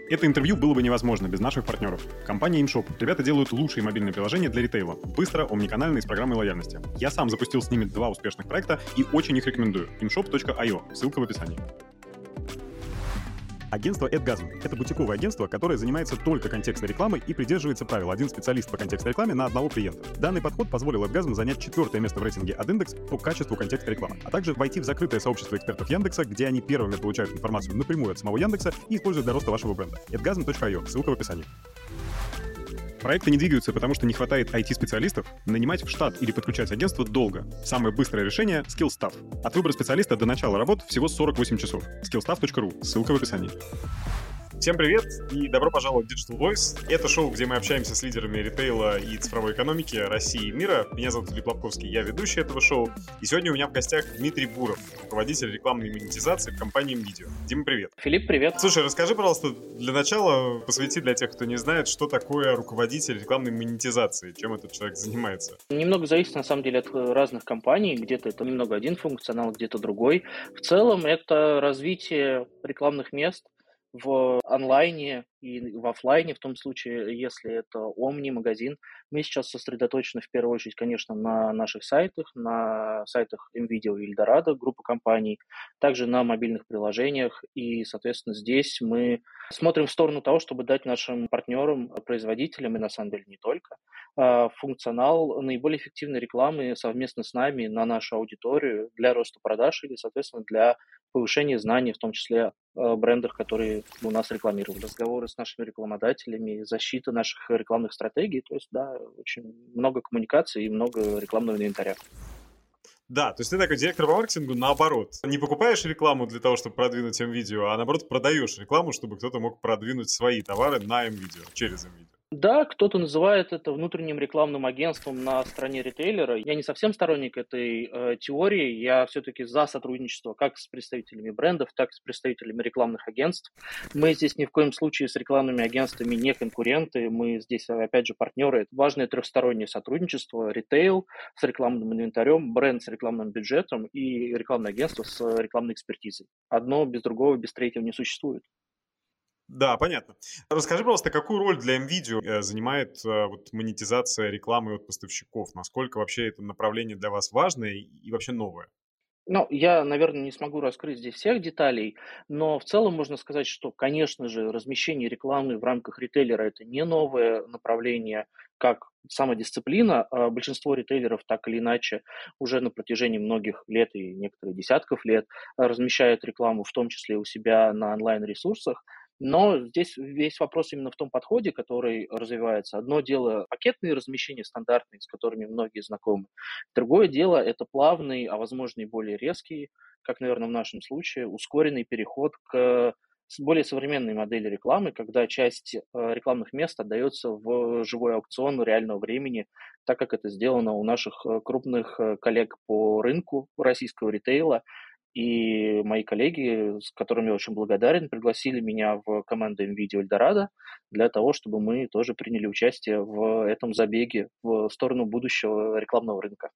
Это интервью было бы невозможно без наших партнеров. Компания InShop. Ребята делают лучшие мобильные приложения для ритейла. Быстро, омниканально и с программой лояльности. Я сам запустил с ними 2 успешных проекта и очень их рекомендую. InShop.io. Ссылка в описании. Агентство AdGasm — это бутиковое агентство, которое занимается только контекстной рекламой и придерживается правил один специалист по контекстной рекламе на одного клиента. Данный подход позволил AdGasm занять 4-е место в рейтинге AdIndex по качеству контекстной рекламы, а также войти в закрытое сообщество экспертов Яндекса, где они первыми получают информацию напрямую от самого Яндекса и используют для роста вашего бренда. AdGasm.io. Ссылка в описании. Проекты не двигаются, потому что не хватает IT-специалистов. Нанимать в штат или подключать агентство долго. Самое быстрое решение — SkillStaff. От выбора специалиста до начала работ всего 48 часов. skillstaff.ru. Ссылка в описании. Всем привет и добро пожаловать в Digital Voice. Это шоу, где мы общаемся с лидерами ритейла и цифровой экономики России и мира. Меня зовут Филипп Лобковский, я ведущий этого шоу. И сегодня у меня в гостях Дмитрий Буров, руководитель рекламной монетизации в компании МВидео. Дима, привет. Филипп, привет. Слушай, расскажи, пожалуйста, для начала посвяти для тех, кто не знает, что такое руководитель рекламной монетизации, чем этот человек занимается. Немного зависит, на самом деле, от разных компаний. Где-то это немного один функционал, где-то другой. В целом, это развитие рекламных мест в онлайне и в офлайне, в том случае, если это Omni-магазин. Мы сейчас сосредоточены в первую очередь, конечно, на наших сайтах, на сайтах МВидео и Эльдорадо, группа компаний, также на мобильных приложениях. И, соответственно, здесь мы смотрим в сторону того, чтобы дать нашим партнерам, производителям, и на самом деле не только, функционал наиболее эффективной рекламы совместно с нами на нашу аудиторию для роста продаж или, соответственно, для повышения знаний, в том числе о брендах, которые у нас рекламируют. Разговоры с нашими рекламодателями, защита наших рекламных стратегий. То есть, да, очень много коммуникаций и много рекламного инвентаря. Да, то есть ты такой директор по маркетингу, наоборот. Не покупаешь рекламу для того, чтобы продвинуть МВидео, а наоборот продаешь рекламу, чтобы кто-то мог продвинуть свои товары на МВидео, через МВидео. Да, кто-то называет это внутренним рекламным агентством на стороне ритейлера. Я не совсем сторонник этой теории. Я все-таки за сотрудничество как с представителями брендов, так и с представителями рекламных агентств. Мы здесь ни в коем случае с рекламными агентствами не конкуренты. Мы здесь, опять же, партнеры. Это важное трехстороннее сотрудничество. Ритейл с рекламным инвентарем, бренд с рекламным бюджетом и рекламное агентство с рекламной экспертизой. Одно без другого, без третьего не существует. Да, понятно. Расскажи, пожалуйста, какую роль для МВидео занимает вот монетизация рекламы от поставщиков? Насколько вообще это направление для вас важное и вообще новое? Ну, я, наверное, не смогу раскрыть здесь всех деталей, но в целом можно сказать, что, конечно же, размещение рекламы в рамках ритейлера — это не новое направление, как самодисциплина. Большинство ритейлеров так или иначе уже на протяжении многих лет и некоторых десятков лет размещают рекламу, в том числе у себя на онлайн-ресурсах. Но здесь весь вопрос именно в том подходе, который развивается. Одно дело — пакетные размещения стандартные, с которыми многие знакомы. Другое дело — это плавный, а возможно и более резкий, как, наверное, в нашем случае, ускоренный переход к более современной модели рекламы, когда часть рекламных мест отдается в живой аукцион реального времени, так как это сделано у наших крупных коллег по рынку российского ритейла. И мои коллеги, с которыми я очень благодарен, пригласили меня в команду МВидео Эльдорадо для того, чтобы мы тоже приняли участие в этом забеге в сторону будущего рекламного рынка.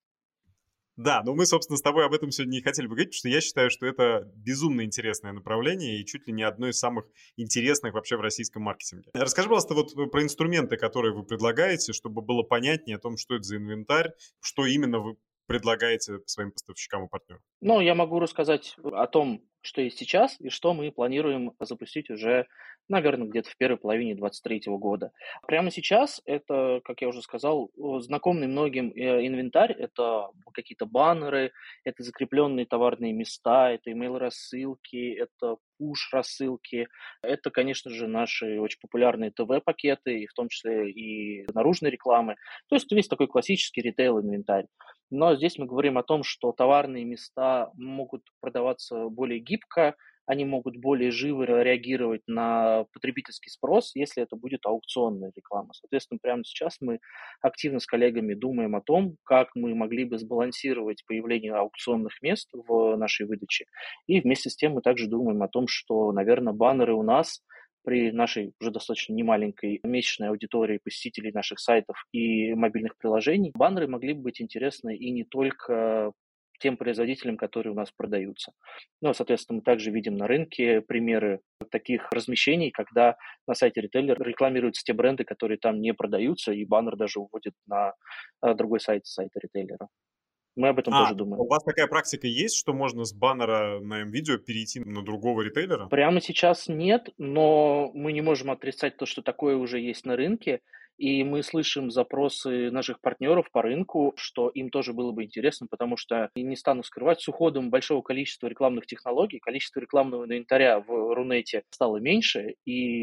Да, но мы, собственно, с тобой об этом сегодня не хотели бы говорить, потому что я считаю, что это безумно интересное направление и чуть ли не одно из самых интересных вообще в российском маркетинге. Расскажи, пожалуйста, вот про инструменты, которые вы предлагаете, чтобы было понятнее о том, что это за инвентарь, что именно вы предлагаете своим поставщикам и партнерам. Ну, я могу рассказать о том, что есть сейчас и что мы планируем запустить уже, наверное, где-то в первой половине 2023 года. Прямо сейчас это, как я уже сказал, знакомый многим инвентарь. Это какие-то баннеры, это закрепленные товарные места, это email-рассылки, это пуш-рассылки. Это, конечно же, наши очень популярные ТВ-пакеты, и в том числе и наружной рекламы. То есть весь такой классический ритейл-инвентарь. Но здесь мы говорим о том, что товарные места могут продаваться более гибко, они могут более живо реагировать на потребительский спрос, если это будет аукционная реклама. Соответственно, прямо сейчас мы активно с коллегами думаем о том, как мы могли бы сбалансировать появление аукционных мест в нашей выдаче. И вместе с тем мы также думаем о том, что, наверное, баннеры у нас при нашей уже достаточно немаленькой месячной аудитории посетителей наших сайтов и мобильных приложений, баннеры могли бы быть интересны и не только тем производителям, которые у нас продаются. Ну, соответственно, мы также видим на рынке примеры таких размещений, когда на сайте ритейлера рекламируются те бренды, которые там не продаются, и баннер даже уводит на другой сайт сайта ритейлера. Мы об этом тоже думаем. У вас такая практика есть, что можно с баннера на М-видео перейти на другого ритейлера? Прямо сейчас нет, но мы не можем отрицать то, что такое уже есть на рынке. И мы слышим запросы наших партнеров по рынку, что им тоже было бы интересно, потому что, и не стану скрывать, с уходом большого количества рекламных технологий, количество рекламного инвентаря в Рунете стало меньше,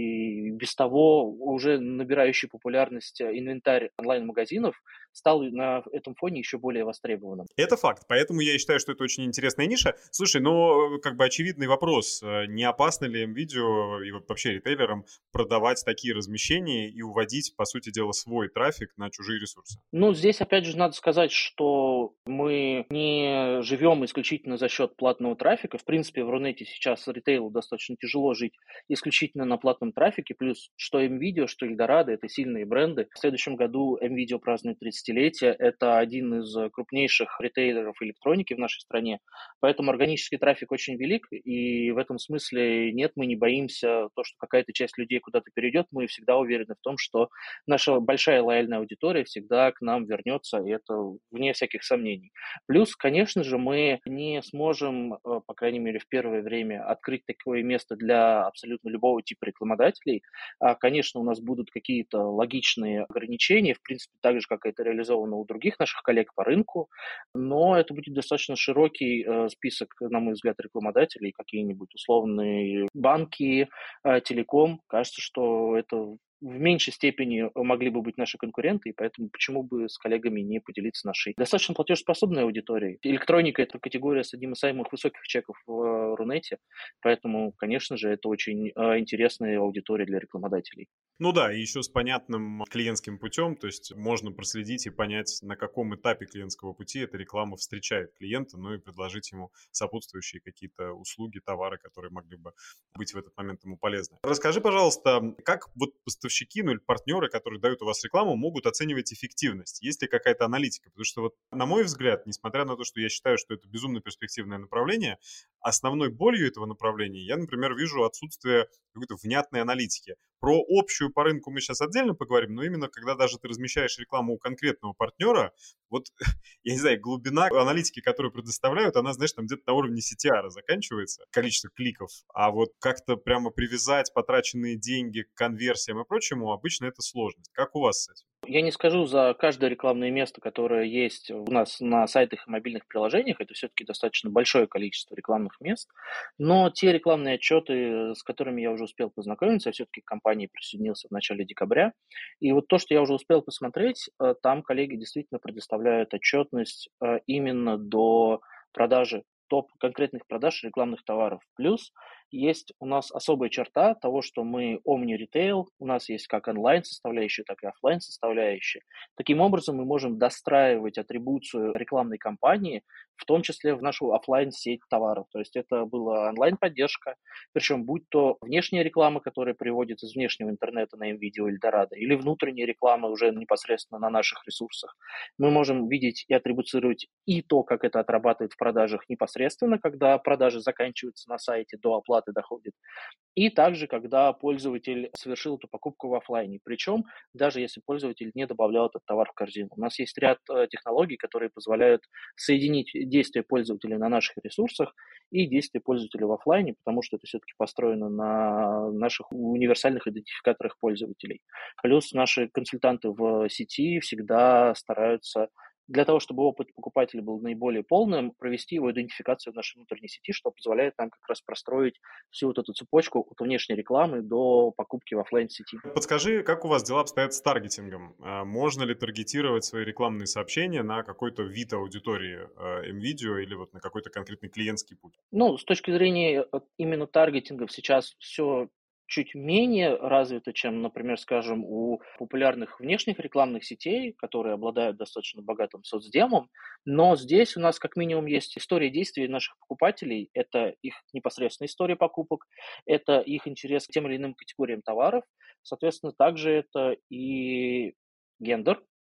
и без того уже набирающий популярность инвентарь онлайн-магазинов стал на этом фоне еще более востребованным. Это факт, поэтому я и считаю, что это очень интересная ниша. Слушай, ну, как бы очевидный вопрос. Не опасно ли М-видео и вообще ритейлерам продавать такие размещения и уводить, по сути дела, свой трафик на чужие ресурсы? Ну, здесь, опять же, надо сказать, что мы не живем исключительно за счет платного трафика. В принципе, в Рунете сейчас ритейлу достаточно тяжело жить исключительно на платном трафике. Плюс что МВидео, что Эльдорадо– это сильные бренды. В следующем году МВидео празднует 30-летие. Это один из крупнейших ритейлеров электроники в нашей стране. Поэтому органический трафик очень велик. И в этом смысле нет, мы не боимся то, что какая-то часть людей куда-то перейдет. Мы всегда уверены в том, что наша большая лояльная аудитория всегда к нам вернется, и это вне всяких сомнений. Плюс, конечно же, мы не сможем, по крайней мере, в первое время открыть такое место для абсолютно любого типа рекламодателей. Конечно, у нас будут какие-то логичные ограничения, в принципе, так же, как это реализовано у других наших коллег по рынку, но это будет достаточно широкий список, на мой взгляд, рекламодателей, какие-нибудь условные банки, телеком. Кажется, что это в меньшей степени могли бы быть наши конкуренты, и поэтому почему бы с коллегами не поделиться нашей достаточно платежеспособной аудиторией. Электроника– это категория с одним из самых высоких чеков в Рунете, поэтому, конечно же, это очень интересная аудитория для рекламодателей. Ну да, и еще с понятным клиентским путем, то есть можно проследить и понять, на каком этапе клиентского пути эта реклама встречает клиента, ну и предложить ему сопутствующие какие-то услуги, товары, которые могли бы быть в этот момент ему полезны. Расскажи, пожалуйста, как вот поставщики, ну или партнеры, которые дают у вас рекламу, могут оценивать эффективность? Есть ли какая-то аналитика? Потому что вот, на мой взгляд, несмотря на то, что я считаю, что это безумно перспективное направление, основной болью этого направления я, например, вижу отсутствие какой-то внятной аналитики. Про общую по рынку мы сейчас отдельно поговорим, но именно когда даже ты размещаешь рекламу у конкретного партнера, вот, я не знаю, глубина аналитики, которую предоставляют, она, знаешь, там где-то на уровне CTR заканчивается, количество кликов, а вот как-то прямо привязать потраченные деньги к конверсиям и прочему, обычно это сложность. Как у вас с этим? Я не скажу за каждое рекламное место, которое есть у нас на сайтах и мобильных приложениях, это все-таки достаточно большое количество рекламных мест, но те рекламные отчеты, с которыми я уже успел познакомиться, я все-таки к компании присоединился в начале декабря, и вот то, что я уже успел посмотреть, там коллеги действительно предоставляют отчетность именно до продажи топ конкретных продаж рекламных товаров. Плюс есть у нас особая черта того, что мы omni-retail, у нас есть как онлайн-составляющая, так и офлайн-составляющая. Таким образом, мы можем достраивать атрибуцию рекламной кампании, в том числе в нашу офлайн-сеть товаров. То есть это была онлайн-поддержка, причем будь то внешняя реклама, которая приводит из внешнего интернета на МВидео или Эльдорадо, или внутренняя реклама уже непосредственно на наших ресурсах. Мы можем видеть и атрибуцировать и то, как это отрабатывает в продажах непосредственно, когда продажи заканчиваются на сайте, до оплаты доходит, и также, когда пользователь совершил эту покупку в офлайне. Причем, даже если пользователь не добавлял этот товар в корзину. У нас есть ряд технологий, которые позволяют соединить действия пользователя на наших ресурсах и действия пользователя в офлайне, потому что это все-таки построено на наших универсальных идентификаторах пользователей. Плюс наши консультанты в сети всегда стараются для того, чтобы опыт покупателя был наиболее полным, провести его идентификацию в нашей внутренней сети, что позволяет нам как раз простроить всю вот эту цепочку от внешней рекламы до покупки в офлайн-сети. Подскажи, как у вас дела обстоят с таргетингом? Можно ли таргетировать свои рекламные сообщения на какой-то вид аудитории МВидео или вот на какой-то конкретный клиентский путь? Ну, с точки зрения именно таргетингов сейчас все чуть менее развито, чем, например, скажем, у популярных внешних рекламных сетей, которые обладают достаточно богатым соцдемом. Но здесь у нас как минимум есть история действий наших покупателей. Это их непосредственная история покупок, это их интерес к тем или иным категориям товаров. Соответственно, также это и гендер,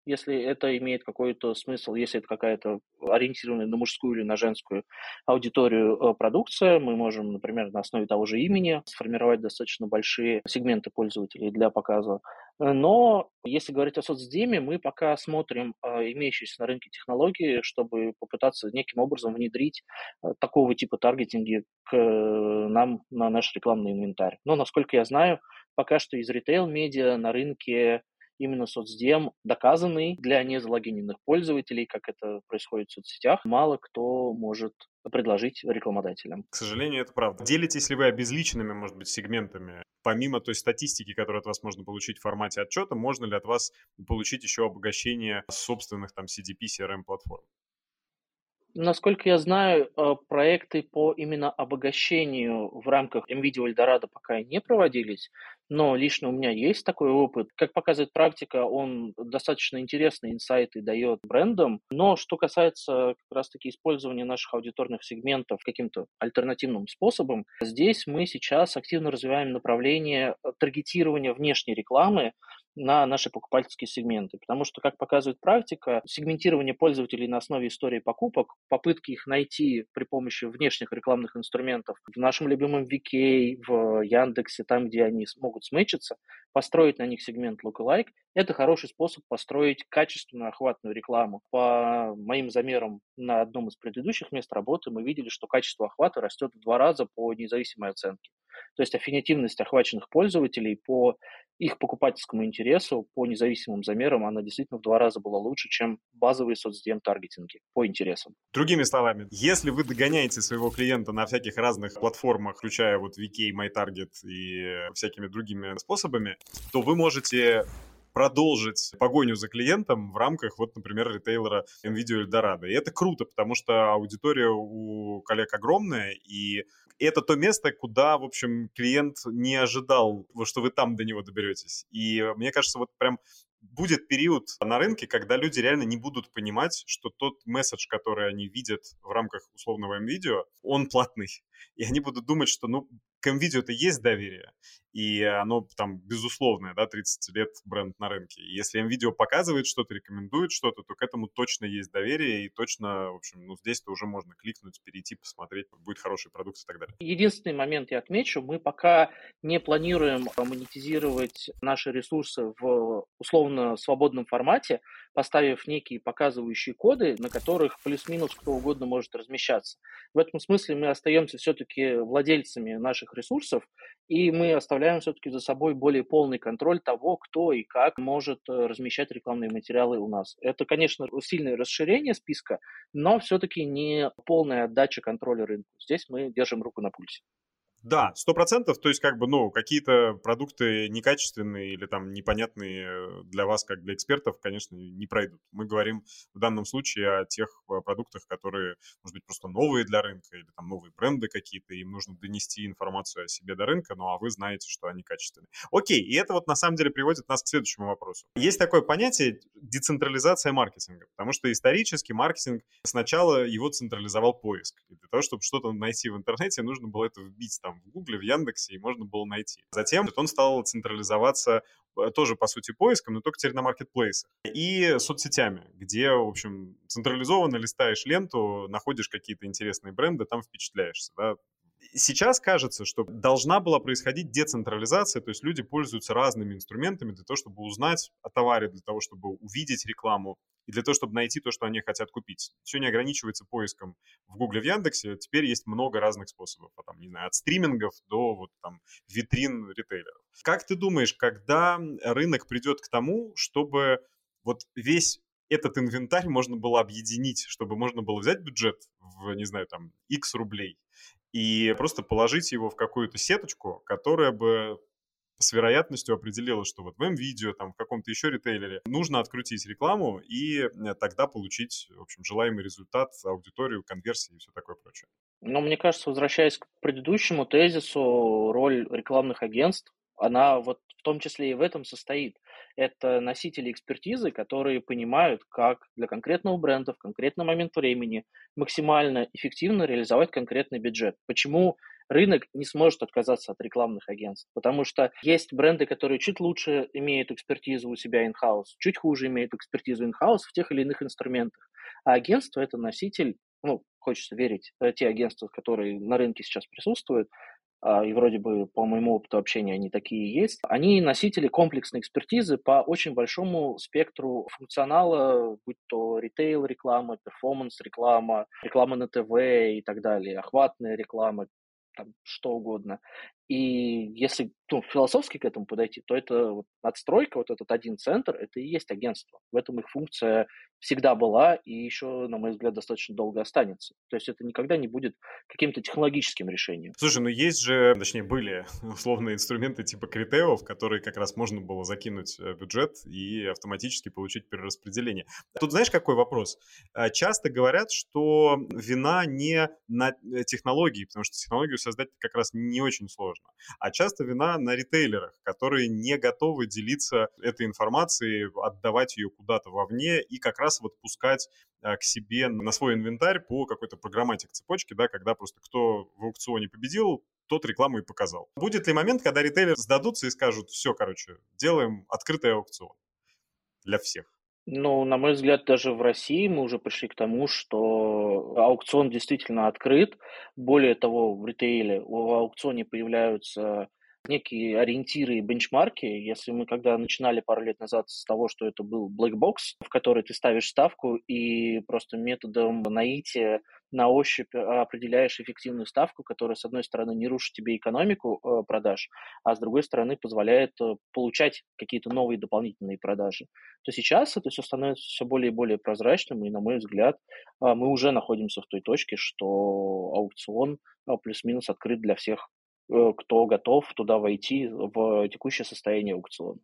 если это имеет какой-то смысл, если это какая-то ориентированная на мужскую или на женскую аудиторию продукция. Мы можем, например, на основе того же имени сформировать достаточно большие сегменты пользователей для показа. Но если говорить о соцдеме, мы пока смотрим имеющиеся на рынке технологии, чтобы попытаться неким образом внедрить такого типа таргетинги к нам на наш рекламный инвентарь. Но, насколько я знаю, пока что из ритейл-медиа на рынке именно соцдем, доказанный для незалогиненных пользователей, как это происходит в соцсетях, мало кто может предложить рекламодателям. К сожалению, это правда. Делитесь ли вы обезличенными, может быть, сегментами? Помимо той статистики, которую от вас можно получить в формате отчета, можно ли от вас получить еще обогащение собственных там CDP, CRM-платформ? Насколько я знаю, проекты по именно обогащению в рамках МВидео Эльдорадо пока не проводились, но лично у меня есть такой опыт. Как показывает практика, он достаточно интересные инсайты дает брендам, но что касается как раз-таки использования наших аудиторных сегментов каким-то альтернативным способом, здесь мы сейчас активно развиваем направление таргетирования внешней рекламы на наши покупательские сегменты. Потому что, как показывает практика, сегментирование пользователей на основе истории покупок, попытки их найти при помощи внешних рекламных инструментов в нашем любимом VK, в Яндексе, там, где они могут сметчиться, построить на них сегмент lookalike, это хороший способ построить качественную охватную рекламу. По моим замерам на одном из предыдущих мест работы мы видели, что качество охвата растет в 2 раза по независимой оценке. То есть аффинитивность охваченных пользователей по их покупательскому интересу, по независимым замерам, она действительно в 2 раза была лучше, чем базовые соцдем-таргетинги по интересам. Другими словами, если вы догоняете своего клиента на всяких разных платформах, включая вот VK, MyTarget и всякими другими способами, то вы можете продолжить погоню за клиентом в рамках, вот, например, ритейлера МВидео Эльдорадо. И это круто, потому что аудитория у коллег огромная, и это то место, куда, в общем, клиент не ожидал, что вы там до него доберетесь. И мне кажется, вот прям будет период на рынке, когда люди реально не будут понимать, что тот месседж, который они видят в рамках условного МВидео, он платный. И они будут думать, что, ну, к МВидео-то есть доверие, и оно там безусловное, да, 30 лет бренд на рынке. И если МВидео показывает что-то, рекомендует что-то, то к этому точно есть доверие, и точно, в общем, ну, здесь-то уже можно кликнуть, перейти, посмотреть, будет хороший продукт и так далее. Единственный момент я отмечу, мы пока не планируем монетизировать наши ресурсы в условно свободном формате, поставив некие показывающие коды, на которых плюс-минус кто угодно может размещаться. В этом смысле мы остаемся все-таки владельцами наших ресурсов, и мы оставляем все-таки за собой более полный контроль того, кто и как может размещать рекламные материалы у нас. Это, конечно, сильное расширение списка, но все-таки не полная отдача контроля рынку. Здесь мы держим руку на пульсе. Да, 100%, то есть как бы, ну, какие-то продукты некачественные или там непонятные для вас, как для экспертов, конечно, не пройдут. Мы говорим в данном случае о тех продуктах, которые, может быть, просто новые для рынка или там новые бренды какие-то, им нужно донести информацию о себе до рынка, ну, а вы знаете, что они качественные. Окей, и это вот на самом деле приводит нас к следующему вопросу. Есть такое понятие децентрализация маркетинга, потому что исторически маркетинг сначала его централизовал поиск. И для того, чтобы что-то найти в интернете, нужно было это вбить там в Гугле, в Яндексе, и можно было найти. Затем он стал централизоваться тоже, по сути, поиском, но только теперь на маркетплейсах. И соцсетями, где, в общем, централизованно листаешь ленту, находишь какие-то интересные бренды, там впечатляешься, да. Сейчас кажется, что должна была происходить децентрализация, то есть люди пользуются разными инструментами для того, чтобы узнать о товаре, для того, чтобы увидеть рекламу и для того, чтобы найти то, что они хотят купить. Все не ограничивается поиском в Гугле, в Яндексе. Теперь есть много разных способов, там, не знаю, от стримингов до вот там витрин ритейлеров. Как ты думаешь, когда рынок придет к тому, чтобы вот весь этот инвентарь можно было объединить, чтобы можно было взять бюджет в, не знаю, там, X рублей и просто положить его в какую-то сеточку, которая бы с вероятностью определила, что вот в М-видео, там, в каком-то еще ритейлере нужно открутить рекламу и тогда получить, в общем, желаемый результат, аудиторию, конверсии и все такое прочее. Но мне кажется, возвращаясь к предыдущему тезису, роль рекламных агентств, она вот в том числе и в этом состоит. Это носители экспертизы, которые понимают, как для конкретного бренда в конкретный момент времени максимально эффективно реализовать конкретный бюджет. Почему рынок не сможет отказаться от рекламных агентств, потому что есть бренды, которые чуть лучше имеют экспертизу у себя in-house, чуть хуже имеют экспертизу in-house в тех или иных инструментах. А агентство– это носитель, ну, хочется верить, те агентства, которые на рынке сейчас присутствуют, и вроде бы по моему опыту общения они такие есть, они носители комплексной экспертизы по очень большому спектру функционала, будь то ритейл-реклама, перформанс-реклама, реклама на ТВ и так далее, охватная реклама, там, что угодно. И если философски к этому подойти, то это вот надстройка, вот этот один центр, это и есть агентство. В этом их функция всегда была и еще, на мой взгляд, достаточно долго останется. То есть это никогда не будет каким-то технологическим решением. Слушай, ну есть же, точнее были условные инструменты типа Критео, в которые как раз можно было закинуть бюджет и автоматически получить перераспределение. Тут знаешь, какой вопрос? Часто говорят, что вина не на технологии, потому что технологию создать как раз не очень сложно, а часто вина на ритейлерах, которые не готовы делиться этой информацией, отдавать ее куда-то вовне и как раз вот пускать к себе на свой инвентарь по какой-то программатик цепочки, да, когда просто кто в аукционе победил, тот рекламу и показал. Будет ли момент, когда ритейлеры сдадутся и скажут, все, короче, делаем открытый аукцион для всех? Ну, на мой взгляд, даже в России мы уже пришли к тому, что аукцион действительно открыт. Более того, в ритейле в аукционе появляются некие ориентиры и бенчмарки. Если мы когда начинали пару лет назад с того, что это был black box, в который ты ставишь ставку и просто методом наития на ощупь определяешь эффективную ставку, которая, с одной стороны, не рушит тебе экономику продаж, а с другой стороны, позволяет получать какие-то новые дополнительные продажи, то сейчас это все становится все более и более прозрачным, и, на мой взгляд, мы уже находимся в той точке, что аукцион плюс-минус открыт для всех, кто готов туда войти в текущее состояние аукциона.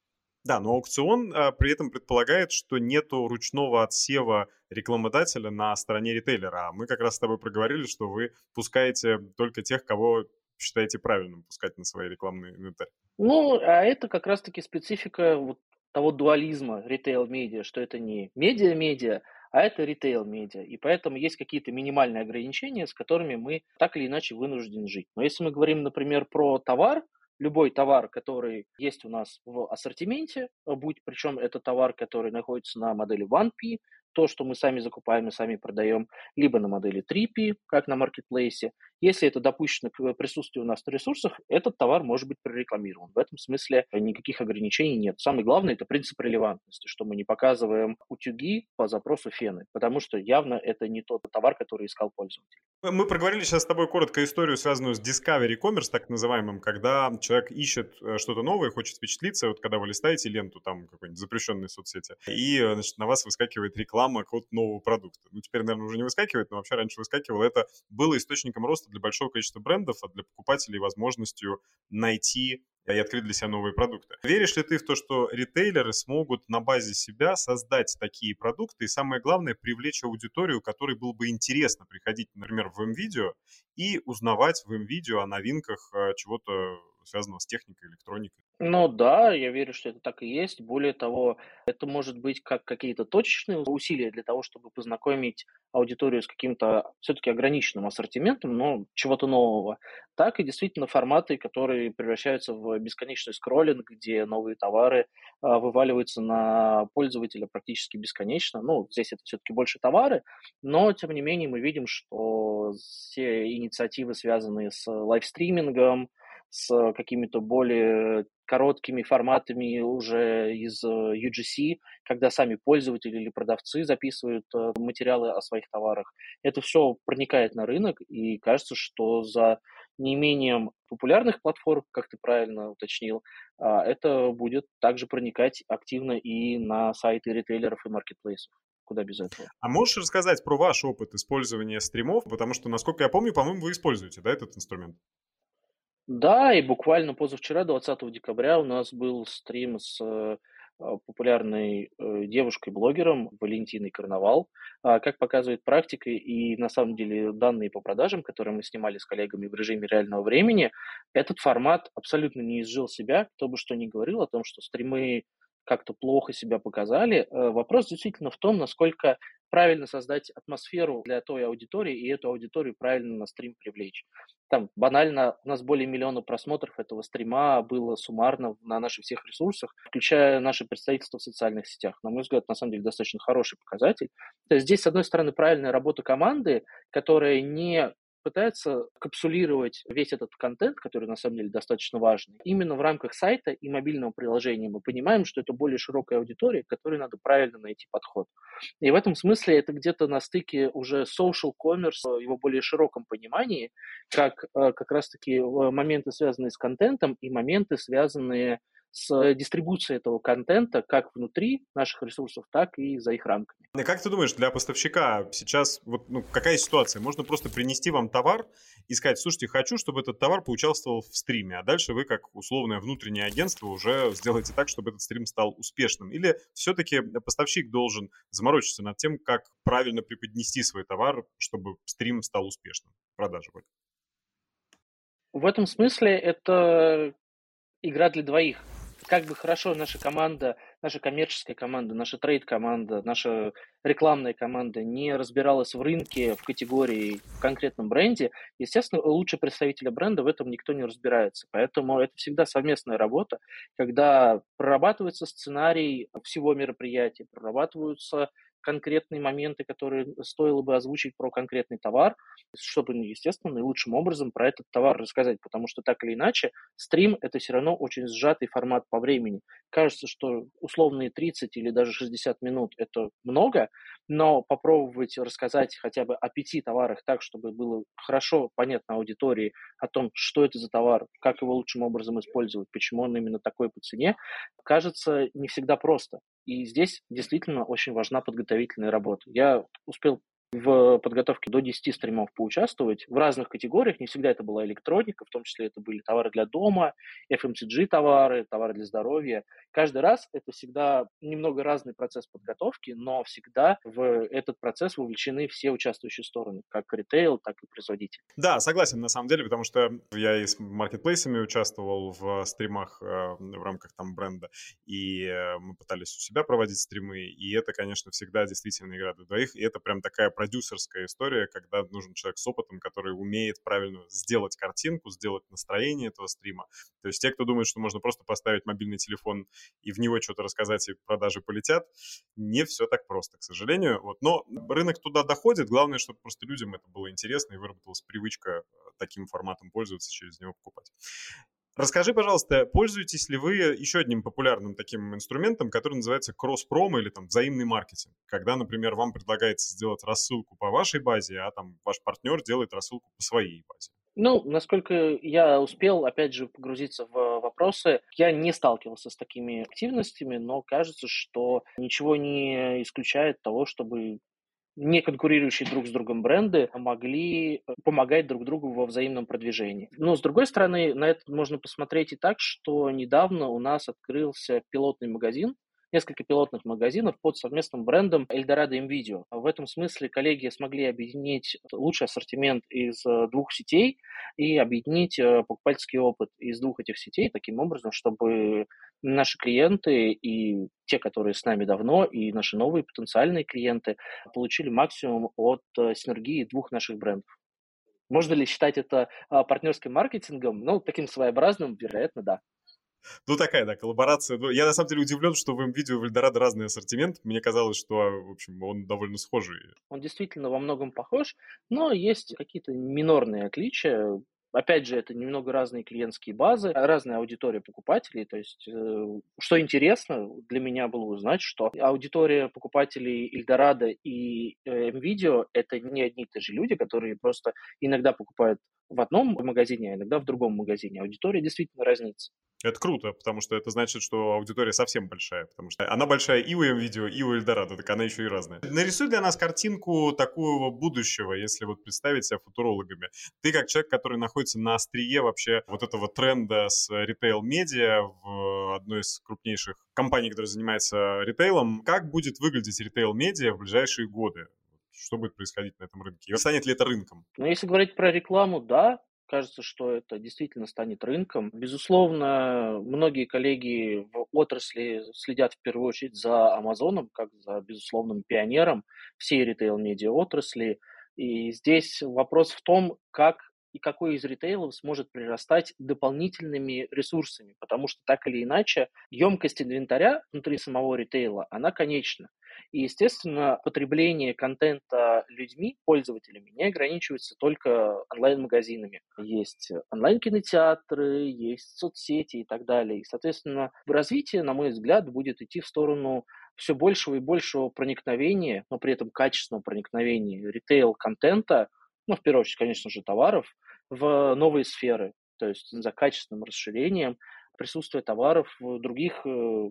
Да, но аукцион при этом предполагает, что нету ручного отсева рекламодателя на стороне ритейлера. А мы как раз с тобой проговорили, что вы пускаете только тех, кого считаете правильным пускать на свои рекламные инвентарь. Ну, а это как раз-таки специфика вот того дуализма ритейл-медиа, что это не медиа-медиа, а это ритейл-медиа. И поэтому есть какие-то минимальные ограничения, с которыми мы так или иначе вынуждены жить. Но если мы говорим, например, про товар, любой товар, который есть у нас в ассортименте, будь причем это товар, который находится на модели 1P, то, что мы сами закупаем и сами продаем, либо на модели 3P, как на маркетплейсе. Если это допущено к присутствию у нас на ресурсах, этот товар может быть прорекламирован. В этом смысле никаких ограничений нет. Самое главное– это принцип релевантности, что мы не показываем утюги по запросу фены, потому что явно это не тот товар, который искал пользователь. Мы проговорили сейчас с тобой коротко историю, связанную с Discovery Commerce, так называемым, когда человек ищет что-то новое, хочет впечатлиться, вот когда вы листаете ленту там какой-нибудь запрещенной соцсети, и, значит, на вас выскакивает реклама какого-то нового продукта. Ну, теперь, наверное, уже не выскакивает, но вообще раньше выскакивало. Это было источником роста для большого количества брендов, а для покупателей возможностью найти и открыть для себя новые продукты. Веришь ли ты в то, что ритейлеры смогут на базе себя создать такие продукты и, самое главное, привлечь аудиторию, которой было бы интересно приходить, например, в МВидео и узнавать в МВидео о новинках чего-то связанного с техникой, электроникой? Ну да, я верю, что это так и есть. Более того, это может быть как какие-то точечные усилия для того, чтобы познакомить аудиторию с каким-то все-таки ограниченным ассортиментом, но чего-то нового, так и действительно форматы, которые превращаются в бесконечный скроллинг, где новые товары вываливаются на пользователя практически бесконечно. Ну, здесь это все-таки больше товары, но тем не менее мы видим, что все инициативы, связанные с лайвстримингом, с какими-то более короткими форматами уже из UGC, когда сами пользователи или продавцы записывают материалы о своих товарах. Это все проникает на рынок, и кажется, что за неимением популярных платформ, как ты правильно уточнил, это будет также проникать активно и на сайты ритейлеров и маркетплейсов. Куда без этого? А можешь рассказать про ваш опыт использования стримов? Потому что, насколько я помню, по-моему, вы используете, да, этот инструмент? Да, и буквально позавчера, 20 декабря, у нас был стрим с популярной девушкой-блогером Валентиной Карнавал. Как показывает практика и на самом деле данные по продажам, которые мы снимали с коллегами в режиме реального времени, этот формат абсолютно не изжил себя. Кто бы что ни говорил о том, что стримы как-то плохо себя показали. Вопрос действительно в том, насколько правильно создать атмосферу для той аудитории и эту аудиторию правильно на стрим привлечь. Там банально у нас более миллиона просмотров этого стрима было суммарно на наших всех ресурсах, включая наше представительство в социальных сетях. На мой взгляд, на самом деле, достаточно хороший показатель. То есть здесь, с одной стороны, правильная работа команды, которая не пытается капсулировать весь этот контент, который на самом деле достаточно важный, именно в рамках сайта и мобильного приложения. Мы понимаем, что это более широкая аудитория, которой надо правильно найти подход. И в этом смысле это где-то на стыке уже social commerce в его более широком понимании, как раз-таки моменты, связанные с контентом, и моменты, связанные с дистрибуцией этого контента как внутри наших ресурсов, так и за их рамками. А как ты думаешь, для поставщика сейчас вот, какая ситуация? Можно просто принести вам товар и сказать: слушайте, хочу, чтобы этот товар поучаствовал в стриме, а дальше вы, как условное внутреннее агентство, уже сделаете так, чтобы этот стрим стал успешным? Или все-таки поставщик должен заморочиться над тем, как правильно преподнести свой товар, чтобы стрим стал успешным, продажи были? В этом смысле это игра для двоих. Как бы хорошо наша команда, наша коммерческая команда, наша трейд-команда, наша рекламная команда не разбиралась в рынке, в категории, в конкретном бренде, естественно, лучше представителя бренда в этом никто не разбирается. Поэтому это всегда совместная работа, когда прорабатывается сценарий всего мероприятия, прорабатываются конкретные моменты, которые стоило бы озвучить про конкретный товар, чтобы, естественно, наилучшим образом про этот товар рассказать, потому что так или иначе стрим – это все равно очень сжатый формат по времени. Кажется, что условные 30 или даже 60 минут – это много, но попробовать рассказать хотя бы о 5 товарах так, чтобы было хорошо понятно аудитории о том, что это за товар, как его лучшим образом использовать, почему он именно такой по цене, кажется не всегда просто. И здесь действительно очень важна подготовительная работа. Я успел в подготовке до 10 стримов поучаствовать в разных категориях. Не всегда это была электроника, в том числе это были товары для дома, FMCG-товары, товары для здоровья. Каждый раз это всегда немного разный процесс подготовки, но всегда в этот процесс вовлечены все участвующие стороны, как ритейл, так и производитель. Да, согласен, на самом деле, потому что я и с маркетплейсами участвовал в стримах в рамках там бренда, и мы пытались у себя проводить стримы, и это, конечно, всегда действительно игра для двоих, и это прям такая продюсерская история, когда нужен человек с опытом, который умеет правильно сделать картинку, сделать настроение этого стрима. То есть те, кто думает, что можно просто поставить мобильный телефон и в него что-то рассказать, и продажи полетят, не все так просто, к сожалению. Вот. Но рынок туда доходит, главное, чтобы просто людям это было интересно и выработалась привычка таким форматом пользоваться, через него покупать. Расскажи, пожалуйста, пользуетесь ли вы еще одним популярным таким инструментом, который называется кросс-промо или там взаимный маркетинг? Когда, например, вам предлагается сделать рассылку по вашей базе, а там ваш партнер делает рассылку по своей базе. Ну, насколько я успел, опять же, погрузиться в вопросы, я не сталкивался с такими активностями, но кажется, что ничего не исключает того, чтобы не конкурирующие друг с другом бренды могли помогать друг другу во взаимном продвижении. Но, с другой стороны, на это можно посмотреть и так, что недавно у нас открылся пилотный магазин, несколько пилотных магазинов под совместным брендом Эльдорадо МВидео. В этом смысле коллеги смогли объединить лучший ассортимент из двух сетей и объединить покупательский опыт из двух этих сетей таким образом, чтобы наши клиенты и те, которые с нами давно, и наши новые потенциальные клиенты получили максимум от синергии двух наших брендов. Можно ли считать это партнерским маркетингом? Ну, таким своеобразным, вероятно, да. Ну, такая, да, коллаборация. Ну, я, на самом деле, удивлен, что в МВидео и в Эльдорадо разный ассортимент. Мне казалось, что, в общем, он довольно схожий. Он действительно во многом похож, но есть какие-то минорные отличия. Опять же, это немного разные клиентские базы, разная аудитория покупателей. То есть, что интересно для меня было узнать, что аудитория покупателей Эльдорадо и МВидео – это не одни и те же люди, которые просто иногда покупают в одном магазине, а иногда в другом магазине. Аудитория действительно разнится. Это круто, потому что это значит, что аудитория совсем большая, потому что она большая и у МВидео, и у Эльдорадо, так она еще и разная. Нарисуй для нас картинку такого будущего, если вот представить себя футурологами. Ты как человек, который находится на острие вообще вот этого тренда с ритейл-медиа в одной из крупнейших компаний, которая занимается ритейлом. Как будет выглядеть ритейл-медиа в ближайшие годы? Что будет происходить на этом рынке? И станет ли это рынком? Но если говорить про рекламу, да, Кажется, что это действительно станет рынком. Безусловно, многие коллеги в отрасли следят в первую очередь за «Амазоном», как за безусловным пионером всей ритейл-медиа отрасли. И здесь вопрос в том, как и какой из ритейлов сможет прирастать дополнительными ресурсами, потому что так или иначе емкость инвентаря внутри самого ритейла, она конечна. И, естественно, потребление контента людьми, пользователями, не ограничивается только онлайн-магазинами. Есть онлайн-кинотеатры, есть соцсети и так далее. И, соответственно, развитие, на мой взгляд, будет идти в сторону все большего и большего проникновения, но при этом качественного проникновения ритейл-контента, ну, в первую очередь, конечно же, товаров, в новые сферы. То есть за качественным расширением присутствия товаров в других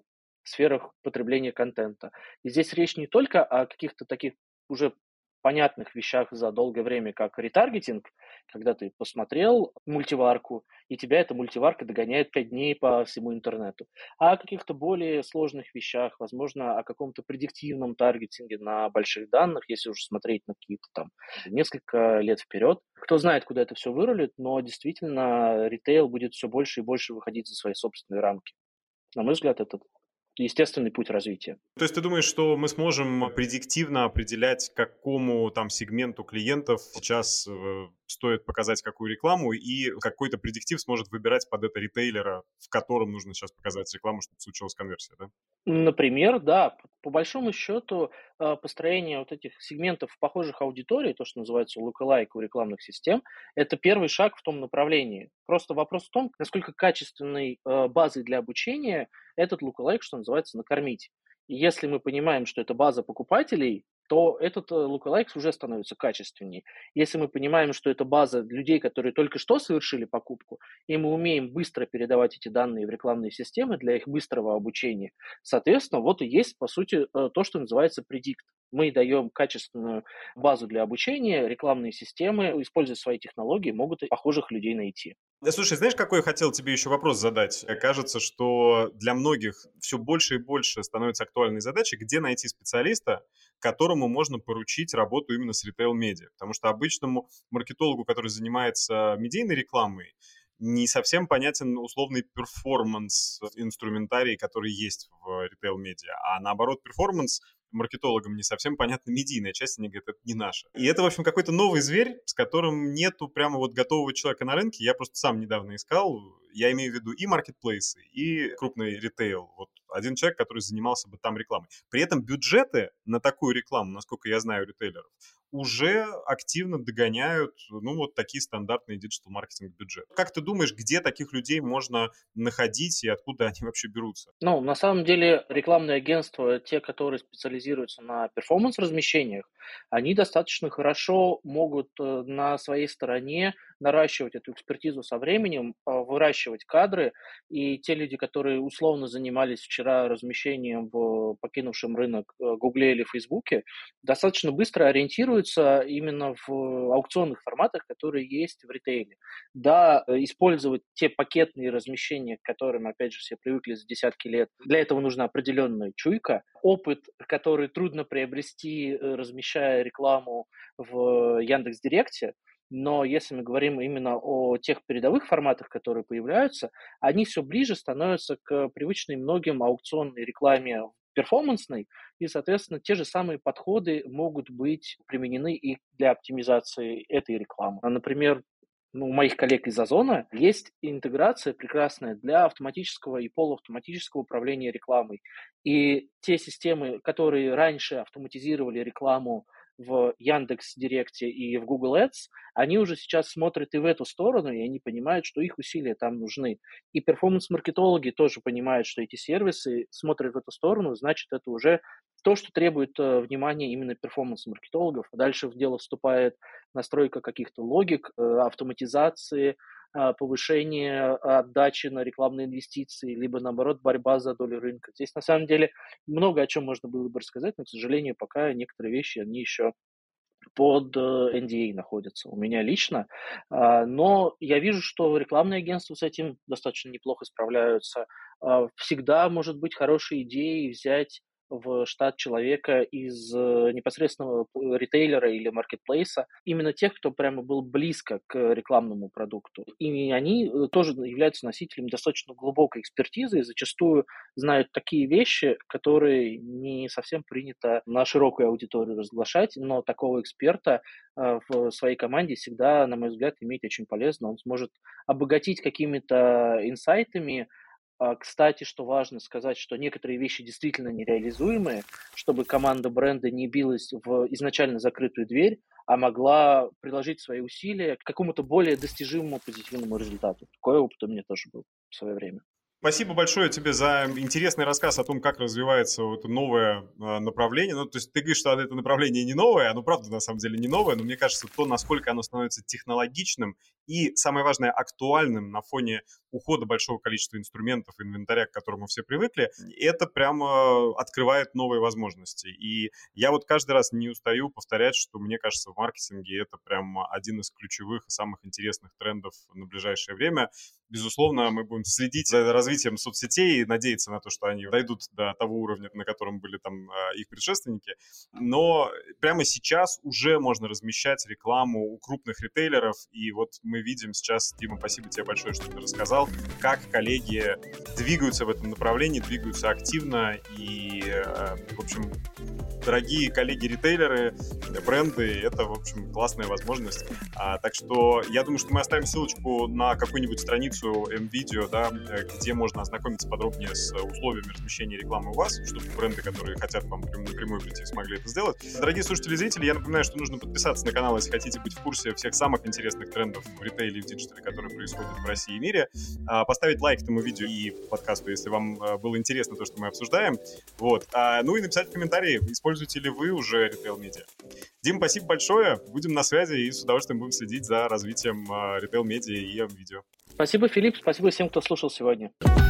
сферах потребления контента. И здесь речь не только о каких-то таких уже понятных вещах за долгое время, как ретаргетинг, когда ты посмотрел мультиварку, и тебя эта мультиварка догоняет 5 дней по всему интернету, а о каких-то более сложных вещах, возможно, о каком-то предиктивном таргетинге на больших данных, если уж смотреть на какие-то там несколько лет вперед. Кто знает, куда это все вырулит, но действительно ритейл будет все больше и больше выходить за свои собственные рамки. На мой взгляд, это естественный путь развития. То есть ты думаешь, что мы сможем предиктивно определять, какому там сегменту клиентов сейчас стоит показать какую рекламу, и какой-то предиктив сможет выбирать под это ритейлера, в котором нужно сейчас показать рекламу, чтобы случилась конверсия, да? Например, да, по большому счету, построение вот этих сегментов похожих аудиторий, то, что называется lookalike у рекламных систем, это первый шаг в том направлении. Просто вопрос в том, насколько качественной базой для обучения этот lookalike, что называется, накормить. И если мы понимаем, что это база покупателей, то этот lookalike уже становится качественнее. Если мы понимаем, что это база людей, которые только что совершили покупку, и мы умеем быстро передавать эти данные в рекламные системы для их быстрого обучения, соответственно, вот и есть, по сути, то, что называется предикт. Мы даем качественную базу для обучения, рекламные системы, используя свои технологии, могут похожих людей найти. Да, слушай, знаешь, какой я хотел тебе еще вопрос задать? Кажется, что для многих все больше и больше становится актуальной задачей, где найти специалиста, которому можно поручить работу именно с ритейл-медиа. Потому что обычному маркетологу, который занимается медийной рекламой, не совсем понятен условный перформанс инструментарий, который есть в ритейл-медиа. А наоборот, перформанс маркетологам не совсем понятна медийная часть, они говорят, это не наша. И это, в общем, какой-то новый зверь, с которым нету прямо вот готового человека на рынке. Я просто сам недавно искал, я имею в виду и маркетплейсы, и крупный ритейл. Вот один человек, который занимался бы там рекламой. При этом бюджеты на такую рекламу, насколько я знаю ритейлеров, уже активно догоняют, ну, вот такие стандартные диджитал-маркетинг бюджеты. Как ты думаешь, где таких людей можно находить и откуда они вообще берутся? Ну, на самом деле, рекламные агентства, те, которые специализируются на перформанс-размещениях, они достаточно хорошо могут на своей стороне наращивать эту экспертизу со временем, выращивать кадры, и те люди, которые условно занимались вчера размещением в покинувшем рынок Гугле или Фейсбуке, достаточно быстро ориентируются именно в аукционных форматах, которые есть в ритейле. Да, использовать те пакетные размещения, к которым, опять же, все привыкли за десятки лет, для этого нужна определенная чуйка, опыт, который трудно приобрести, размещая рекламу в Яндекс.Директе, но если мы говорим именно о тех передовых форматах, которые появляются, они все ближе становятся к привычной многим аукционной рекламе перформансной, и, соответственно, те же самые подходы могут быть применены и для оптимизации этой рекламы. Например, у моих коллег из Озона есть интеграция прекрасная для автоматического и полуавтоматического управления рекламой. И те системы, которые раньше автоматизировали рекламу в Яндекс.Директе и в Google Ads, они уже сейчас смотрят и в эту сторону, и они понимают, что их усилия там нужны. И перформанс-маркетологи тоже понимают, что эти сервисы смотрят в эту сторону, значит, это уже то, что требует внимания именно перформанс-маркетологов. Дальше в дело вступает настройка каких-то логик, автоматизации, повышение отдачи на рекламные инвестиции, либо, наоборот, борьба за долю рынка. Здесь, на самом деле, много о чем можно было бы рассказать, но, к сожалению, пока некоторые вещи, они еще под NDA находятся у меня лично. Но я вижу, что рекламные агентства с этим достаточно неплохо справляются. Всегда может быть хорошей идеей взять в штат человека из непосредственного ритейлера или маркетплейса, именно тех, кто прямо был близко к рекламному продукту. И они тоже являются носителями достаточно глубокой экспертизы и зачастую знают такие вещи, которые не совсем принято на широкую аудиторию разглашать, но такого эксперта в своей команде всегда, на мой взгляд, иметь очень полезно. Он сможет обогатить какими-то инсайтами. Кстати, что важно сказать, что некоторые вещи действительно нереализуемые, чтобы команда бренда не билась в изначально закрытую дверь, а могла приложить свои усилия к какому-то более достижимому позитивному результату. Такой опыт у меня тоже был в свое время. Спасибо большое тебе за интересный рассказ о том, как развивается вот это новое направление. Ну, то есть ты говоришь, что это направление не новое, оно правда на самом деле не новое, но мне кажется, то, насколько оно становится технологичным и, самое важное, актуальным на фоне ухода большого количества инструментов, инвентаря, к которому все привыкли, это прямо открывает новые возможности. И я вот каждый раз не устаю повторять, что мне кажется, в маркетинге это прям один из ключевых и самых интересных трендов на ближайшее время. Безусловно, мы будем следить за развитием соцсетей и надеяться на то, что они дойдут до того уровня, на котором были там их предшественники. Но прямо сейчас уже можно размещать рекламу у крупных ритейлеров. И вот мы видим сейчас, Дима, спасибо тебе большое, что ты рассказал, как коллеги двигаются в этом направлении, двигаются активно. И, в общем, дорогие коллеги-ритейлеры, бренды, это, в общем, классная возможность. Так что я думаю, что мы оставим ссылочку на какую-нибудь страницу MVideo, да, где можно ознакомиться подробнее с условиями размещения рекламы у вас, чтобы бренды, которые хотят вам напрямую прийти, смогли это сделать. Дорогие слушатели и зрители, я напоминаю, что нужно подписаться на канал, если хотите быть в курсе всех самых интересных трендов в ритейле и в диджитале, которые происходят в России и мире. Поставить лайк этому видео и подкасту, если вам было интересно то, что мы обсуждаем. Вот. Ну и написать в комментарии, используете ли вы уже ритейл-медиа. Дим, спасибо большое. Будем на связи и с удовольствием будем следить за развитием ритейл-медиа и видео. Спасибо, Филипп. Спасибо всем, кто слушал сегодня.